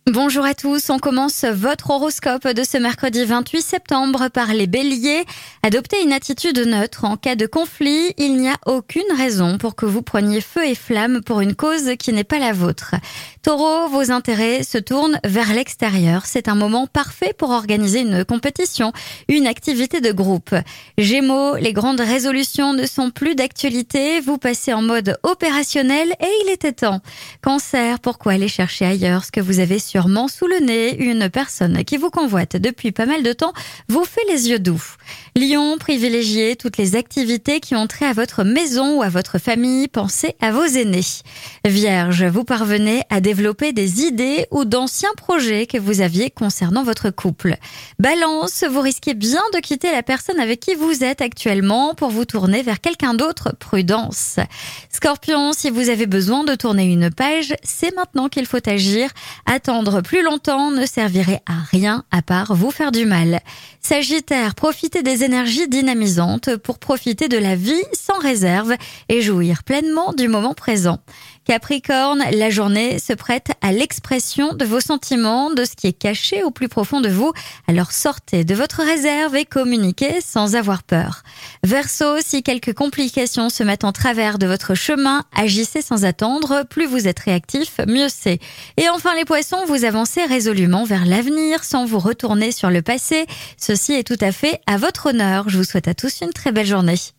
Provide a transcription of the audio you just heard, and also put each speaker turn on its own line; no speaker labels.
Bonjour à tous, on commence votre horoscope de ce mercredi 28 septembre par les béliers. Adoptez une attitude neutre en cas de conflit, il n'y a aucune raison pour que vous preniez feu et flamme pour une cause qui n'est pas la vôtre. Taureau, vos intérêts se tournent vers l'extérieur, c'est un moment parfait pour organiser une compétition, une activité de groupe. Gémeaux, les grandes résolutions ne sont plus d'actualité, vous passez en mode opérationnel et il était temps. Cancer, pourquoi aller chercher ailleurs ce que vous avez sûrement sous le nez, une personne qui vous convoite depuis pas mal de temps vous fait les yeux doux. Lion, privilégiez toutes les activités qui ont trait à votre maison ou à votre famille, pensez à vos aînés. Vierge, vous parvenez à développer des idées ou d'anciens projets que vous aviez concernant votre couple. Balance, vous risquez bien de quitter la personne avec qui vous êtes actuellement pour vous tourner vers quelqu'un d'autre, prudence. Scorpion, si vous avez besoin de tourner une page, c'est maintenant qu'il faut agir. Attendre plus longtemps ne servirait à rien à part vous faire du mal. Sagittaire, profitez des énergies dynamisantes pour profiter de la vie sans réserve et jouir pleinement du moment présent. Capricorne, la journée se prête à l'expression de vos sentiments, de ce qui est caché au plus profond de vous. Alors sortez de votre réserve et communiquez sans avoir peur. Verseau, si quelques complications se mettent en travers de votre chemin, agissez sans attendre. Plus vous êtes réactif, mieux c'est. Et enfin les poissons, vous avancez résolument vers l'avenir sans vous retourner sur le passé. Ceci est tout à fait à votre honneur. Je vous souhaite à tous une très belle journée.